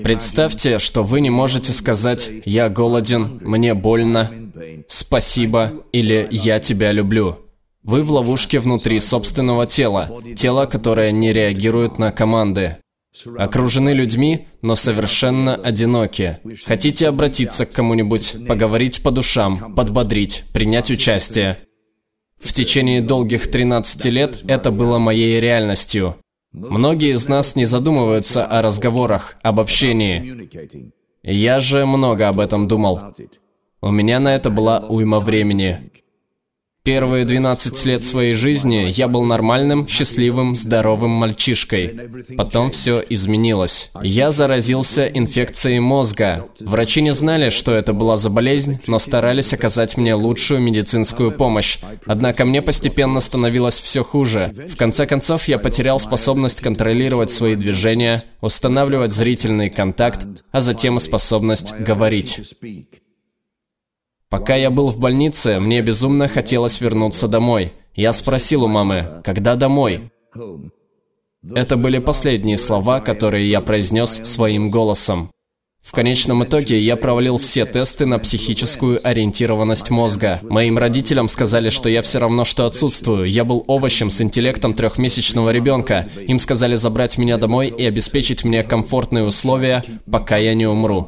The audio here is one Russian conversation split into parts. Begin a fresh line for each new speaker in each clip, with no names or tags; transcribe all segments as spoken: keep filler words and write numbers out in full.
Представьте, что вы не можете сказать «я голоден», «мне больно», «спасибо» или «я тебя люблю». Вы в ловушке внутри собственного тела, тела, которое не реагирует на команды. Окружены людьми, но совершенно одиноки. Хотите обратиться к кому-нибудь, поговорить по душам, подбодрить, принять участие. В течение долгих тринадцати лет это было моей реальностью. Многие из нас не задумываются о разговорах, об общении. Я же много об этом думал. У меня на это была уйма времени. Первые двенадцать лет своей жизни я был нормальным, счастливым, здоровым мальчишкой. Потом все изменилось. Я заразился инфекцией мозга. Врачи не знали, что это была за болезнь, но старались оказать мне лучшую медицинскую помощь. Однако мне постепенно становилось все хуже. В конце концов, я потерял способность контролировать свои движения, устанавливать зрительный контакт, а затем и способность говорить. Пока я был в больнице, мне безумно хотелось вернуться домой. Я спросил у мамы, когда домой? Это были последние слова, которые я произнес своим голосом. В конечном итоге я провалил все тесты на психическую ориентированность мозга. Моим родителям сказали, что я все равно, что отсутствую. Я был овощем с интеллектом трехмесячного ребенка. Им сказали забрать меня домой и обеспечить мне комфортные условия, пока я не умру.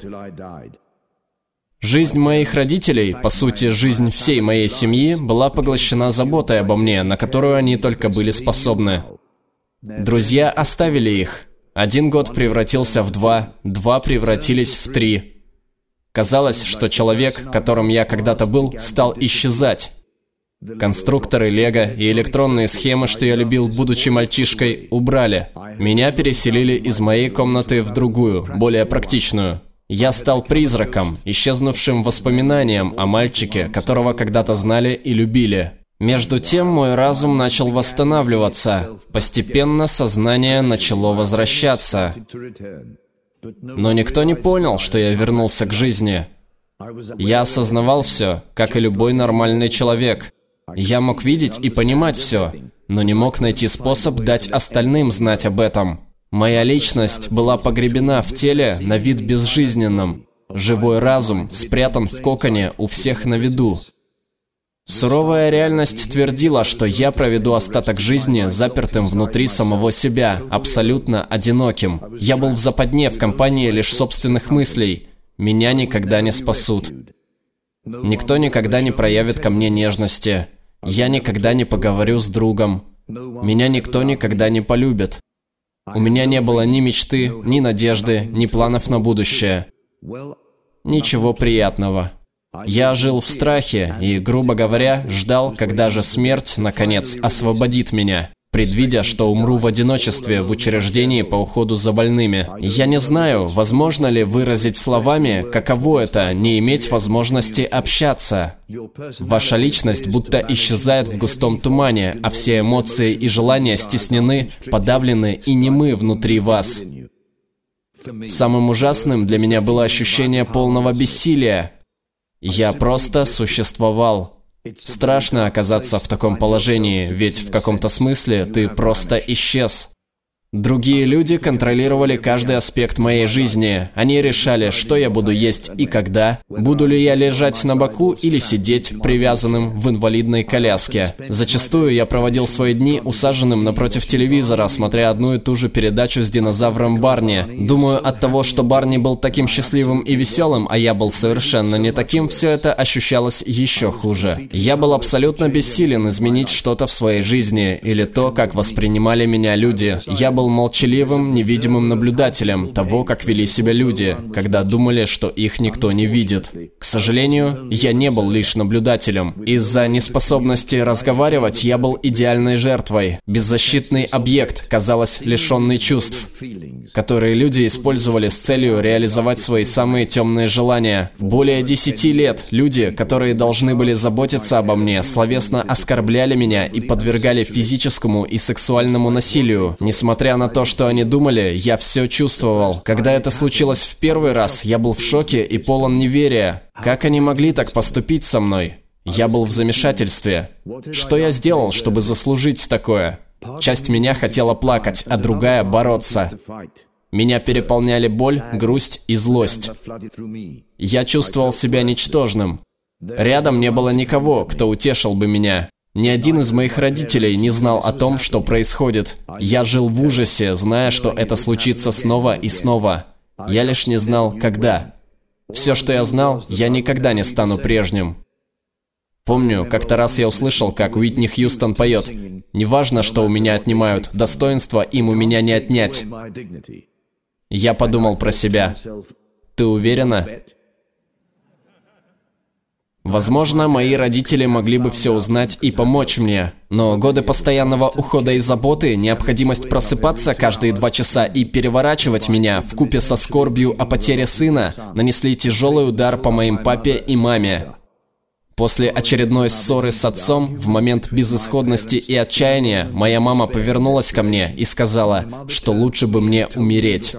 Жизнь моих родителей, по сути, жизнь всей моей семьи, была поглощена заботой обо мне, на которую они только были способны. Друзья оставили их. Один год превратился в два, два превратились в три. Казалось, что человек, которым я когда-то был, стал исчезать. Конструкторы Лего и электронные схемы, что я любил, будучи мальчишкой, убрали. Меня переселили из моей комнаты в другую, более практичную. Я стал призраком, исчезнувшим воспоминанием о мальчике, которого когда-то знали и любили. Между тем мой разум начал восстанавливаться. Постепенно сознание начало возвращаться. Но никто не понял, что я вернулся к жизни. Я осознавал все, как и любой нормальный человек. Я мог видеть и понимать все, но не мог найти способ дать остальным знать об этом. Моя личность была погребена в теле на вид безжизненном. Живой разум спрятан в коконе у всех на виду. Суровая реальность твердила, что я проведу остаток жизни запертым внутри самого себя, абсолютно одиноким. Я был в западне в компании лишь собственных мыслей. Меня никогда не спасут. Никто никогда не проявит ко мне нежности. Я никогда не поговорю с другом. Меня никто никогда не полюбит. У меня не было ни мечты, ни надежды, ни планов на будущее. Ничего приятного. Я жил в страхе и, грубо говоря, ждал, когда же смерть, наконец, освободит меня, предвидя, что умру в одиночестве в учреждении по уходу за больными. Я не знаю, возможно ли выразить словами, каково это – не иметь возможности общаться. Ваша личность будто исчезает в густом тумане, а все эмоции и желания стеснены, подавлены и немы внутри вас. Самым ужасным для меня было ощущение полного бессилия. Я просто существовал. Страшно оказаться в таком положении, ведь в каком-то смысле ты просто исчез. Другие люди контролировали каждый аспект моей жизни. Они решали, что я буду есть и когда, буду ли я лежать на боку или сидеть привязанным в инвалидной коляске. Зачастую я проводил свои дни усаженным напротив телевизора, смотря одну и ту же передачу с динозавром Барни. Думаю, от того, что Барни был таким счастливым и веселым, а я был совершенно не таким, все это ощущалось еще хуже. Я был абсолютно бессилен изменить что-то в своей жизни или то, как воспринимали меня люди. Я был молчаливым, невидимым наблюдателем того, как вели себя люди, когда думали, что их никто не видит. К сожалению, я не был лишь наблюдателем. Из-за неспособности разговаривать я был идеальной жертвой. Беззащитный объект, казалось, лишенный чувств, которые люди использовали с целью реализовать свои самые темные желания. Более десяти лет люди, которые должны были заботиться обо мне, словесно оскорбляли меня и подвергали физическому и сексуальному насилию. Несмотря на то, что они думали, я все чувствовал. Когда это случилось в первый раз, я был в шоке и полон неверия. Как они могли так поступить со мной? Я был в замешательстве. Что я сделал, чтобы заслужить такое? Часть меня хотела плакать, а другая бороться. Меня переполняли боль, грусть и злость. Я чувствовал себя ничтожным. Рядом не было никого, кто утешил бы меня. Ни один из моих родителей не знал о том, что происходит. Я жил в ужасе, зная, что это случится снова и снова. Я лишь не знал, когда. Все, что я знал, я никогда не стану прежним. Помню, как-то раз я услышал, как Уитни Хьюстон поет: «Неважно, что у меня отнимают, достоинства им у меня не отнять». Я подумал про себя: ты уверена? Возможно, мои родители могли бы все узнать и помочь мне, но годы постоянного ухода и заботы, необходимость просыпаться каждые два часа и переворачивать меня вкупе со скорбью о потере сына нанесли тяжелый удар по моим папе и маме. После очередной ссоры с отцом, в момент безысходности и отчаяния, моя мама повернулась ко мне и сказала, что лучше бы мне умереть.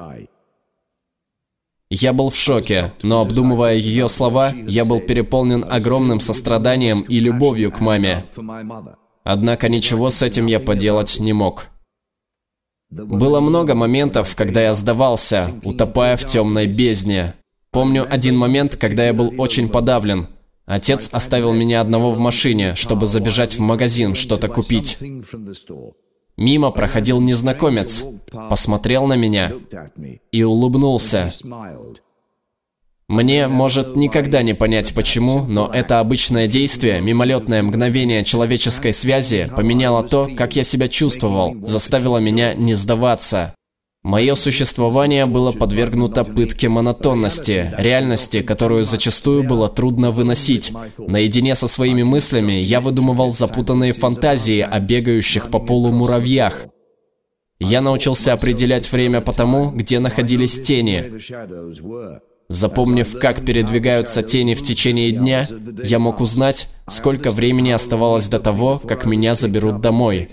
Я был в шоке, но, обдумывая ее слова, я был переполнен огромным состраданием и любовью к маме. Однако ничего с этим я поделать не мог. Было много моментов, когда я сдавался, утопая в темной бездне. Помню один момент, когда я был очень подавлен. Отец оставил меня одного в машине, чтобы забежать в магазин, что-то купить. Мимо проходил незнакомец, посмотрел на меня и улыбнулся. Мне, может, никогда не понять почему, но это обычное действие, мимолетное мгновение человеческой связи поменяло то, как я себя чувствовал, заставило меня не сдаваться. Мое существование было подвергнуто пытке монотонности, реальности, которую зачастую было трудно выносить. Наедине со своими мыслями я выдумывал запутанные фантазии о бегающих по полу муравьях. Я научился определять время по тому, где находились тени. Запомнив, как передвигаются тени в течение дня, я мог узнать, сколько времени оставалось до того, как меня заберут домой.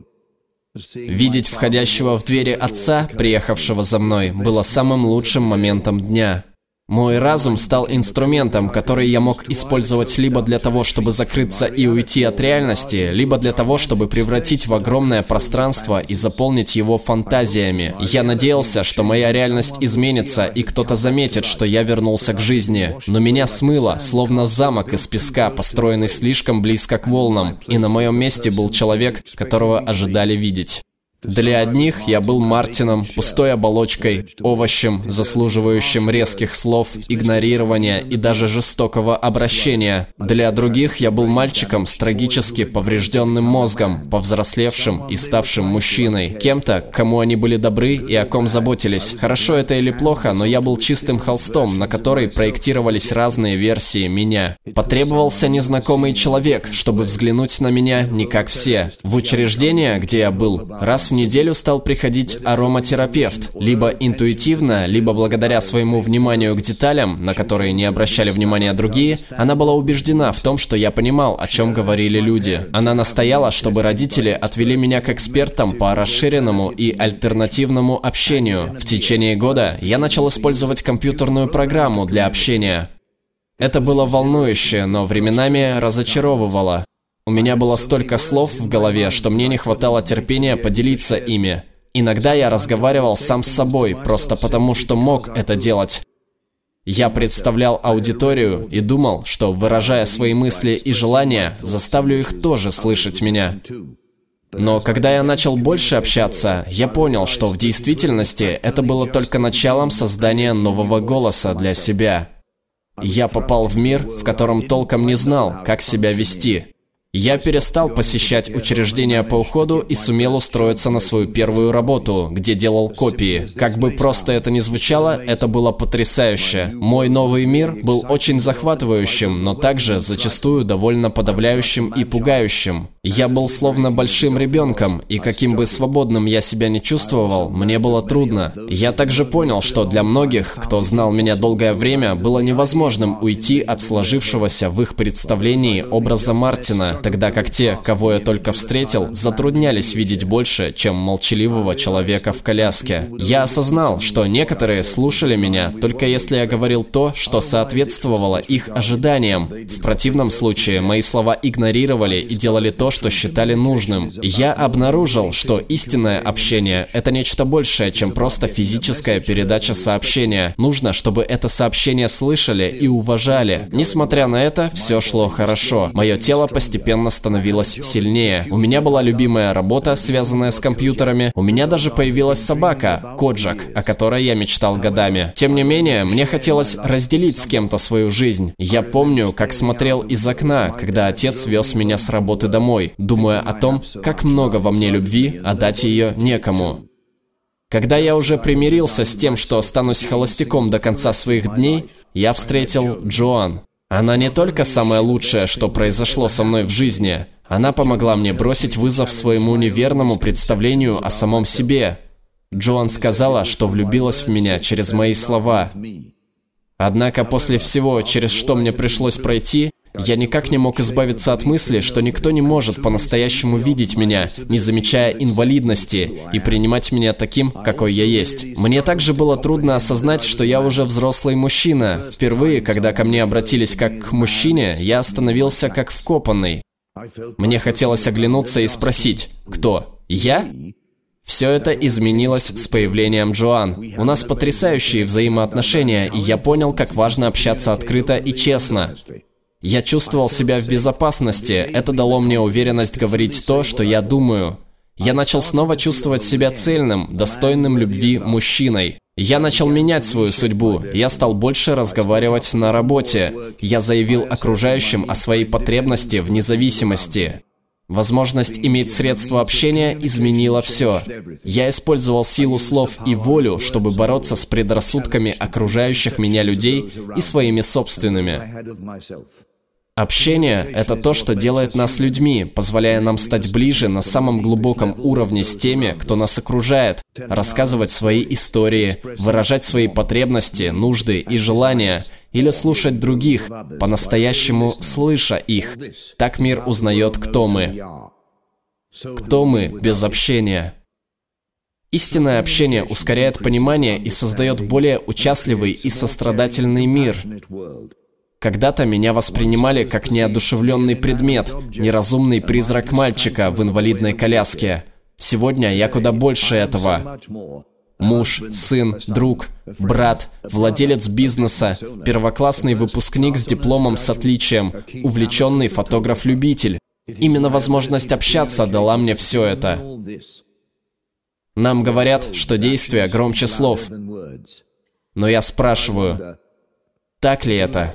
Видеть входящего в двери отца, приехавшего за мной, было самым лучшим моментом дня. Мой разум стал инструментом, который я мог использовать либо для того, чтобы закрыться и уйти от реальности, либо для того, чтобы превратить в огромное пространство и заполнить его фантазиями. Я надеялся, что моя реальность изменится, и кто-то заметит, что я вернулся к жизни. Но меня смыло, словно замок из песка, построенный слишком близко к волнам, и на моем месте был человек, которого ожидали видеть. Для одних я был Мартином, пустой оболочкой, овощем, заслуживающим резких слов, игнорирования и даже жестокого обращения. Для других я был мальчиком с трагически поврежденным мозгом, повзрослевшим и ставшим мужчиной. Кем-то, кому они были добры и о ком заботились. Хорошо это или плохо, но я был чистым холстом, на который проектировались разные версии меня. Потребовался незнакомый человек, чтобы взглянуть на меня не как все. В учреждение, где я был, раз в неделю стал приходить ароматерапевт. Либо интуитивно, либо благодаря своему вниманию к деталям, на которые не обращали внимания другие, она была убеждена в том, что я понимал, о чем говорили люди. Она настояла, чтобы родители отвели меня к экспертам по расширенному и альтернативному общению. В течение года я начал использовать компьютерную программу для общения. Это было волнующе, но временами разочаровывало. У меня было столько слов в голове, что мне не хватало терпения поделиться ими. Иногда я разговаривал сам с собой, просто потому что мог это делать. Я представлял аудиторию и думал, что, выражая свои мысли и желания, заставлю их тоже слышать меня. Но когда я начал больше общаться, я понял, что в действительности это было только началом создания нового голоса для себя. Я попал в мир, в котором толком не знал, как себя вести. Я перестал посещать учреждения по уходу и сумел устроиться на свою первую работу, где делал копии. Как бы просто это ни звучало, это было потрясающе. Мой новый мир был очень захватывающим, но также зачастую довольно подавляющим и пугающим. Я был словно большим ребенком, и каким бы свободным я себя не чувствовал, мне было трудно. Я также понял, что для многих, кто знал меня долгое время, было невозможным уйти от сложившегося в их представлении образа Мартина, тогда как те, кого я только встретил, затруднялись видеть больше, чем молчаливого человека в коляске. Я осознал, что некоторые слушали меня, только если я говорил то, что соответствовало их ожиданиям. В противном случае мои слова игнорировали и делали то, что считали нужным. Я обнаружил, что истинное общение — это нечто большее, чем просто физическая передача сообщения. Нужно, чтобы это сообщение слышали и уважали. Несмотря на это, все шло хорошо. Мое тело постепенно становилось сильнее. У меня была любимая работа, связанная с компьютерами. У меня даже появилась собака, Коджак, о которой я мечтал годами. Тем не менее, мне хотелось разделить с кем-то свою жизнь. Я помню, как смотрел из окна, когда отец вез меня с работы домой, думая о том, как много во мне любви, а дать ее некому. Когда я уже примирился с тем, что останусь холостяком до конца своих дней, я встретил Джоан. Она не только самое лучшее, что произошло со мной в жизни, она помогла мне бросить вызов своему неверному представлению о самом себе. Джоан сказала, что влюбилась в меня через мои слова. Однако после всего, через что мне пришлось пройти, я никак не мог избавиться от мысли, что никто не может по-настоящему видеть меня, не замечая инвалидности, и принимать меня таким, какой я есть. Мне также было трудно осознать, что я уже взрослый мужчина. Впервые, когда ко мне обратились как к мужчине, я остановился как вкопанный. Мне хотелось оглянуться и спросить: кто? Я? Все это изменилось с появлением Джоан. У нас потрясающие взаимоотношения, и я понял, как важно общаться открыто и честно. Я чувствовал себя в безопасности, это дало мне уверенность говорить то, что я думаю. Я начал снова чувствовать себя цельным, достойным любви мужчиной. Я начал менять свою судьбу, я стал больше разговаривать на работе. Я заявил окружающим о своей потребности в независимости. Возможность иметь средства общения изменила все. Я использовал силу слов и волю, чтобы бороться с предрассудками окружающих меня людей и своими собственными. Общение — это то, что делает нас людьми, позволяя нам стать ближе на самом глубоком уровне с теми, кто нас окружает, рассказывать свои истории, выражать свои потребности, нужды и желания, или слушать других, по-настоящему слыша их. Так мир узнает, кто мы. Кто мы без общения? Истинное общение ускоряет понимание и создает более участливый и сострадательный мир. Когда-то меня воспринимали как неодушевленный предмет, неразумный призрак мальчика в инвалидной коляске. Сегодня я куда больше этого. Муж, сын, друг, брат, владелец бизнеса, первоклассный выпускник с дипломом с отличием, увлеченный фотограф-любитель. Именно возможность общаться дала мне все это. Нам говорят, что действия громче слов. Но я спрашиваю, так ли это?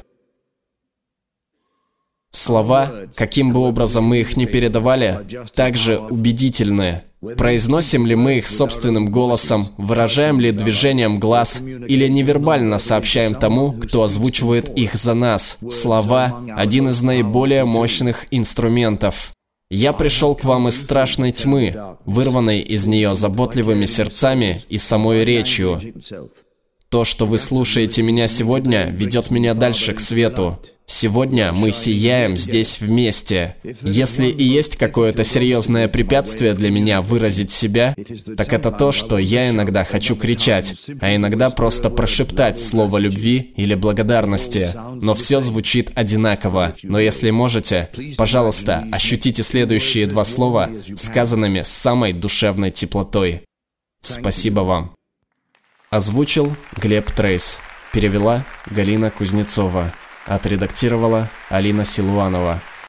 Слова, каким бы образом мы их ни передавали, также убедительны. Произносим ли мы их собственным голосом, выражаем ли движением глаз, или невербально сообщаем тому, кто озвучивает их за нас? Слова – один из наиболее мощных инструментов. Я пришел к вам из страшной тьмы, вырванной из нее заботливыми сердцами и самой речью. То, что вы слушаете меня сегодня, ведет меня дальше к свету. Сегодня мы сияем здесь вместе. Если и есть какое-то серьезное препятствие для меня выразить себя, так это то, что я иногда хочу кричать, а иногда просто прошептать слово любви или благодарности. Но все звучит одинаково. Но если можете, пожалуйста, ощутите следующие два слова, сказанными с самой душевной теплотой. Спасибо вам. Озвучил Глеб Трейс. Перевела Галина Кузнецова. Отредактировала Алина Силуанова.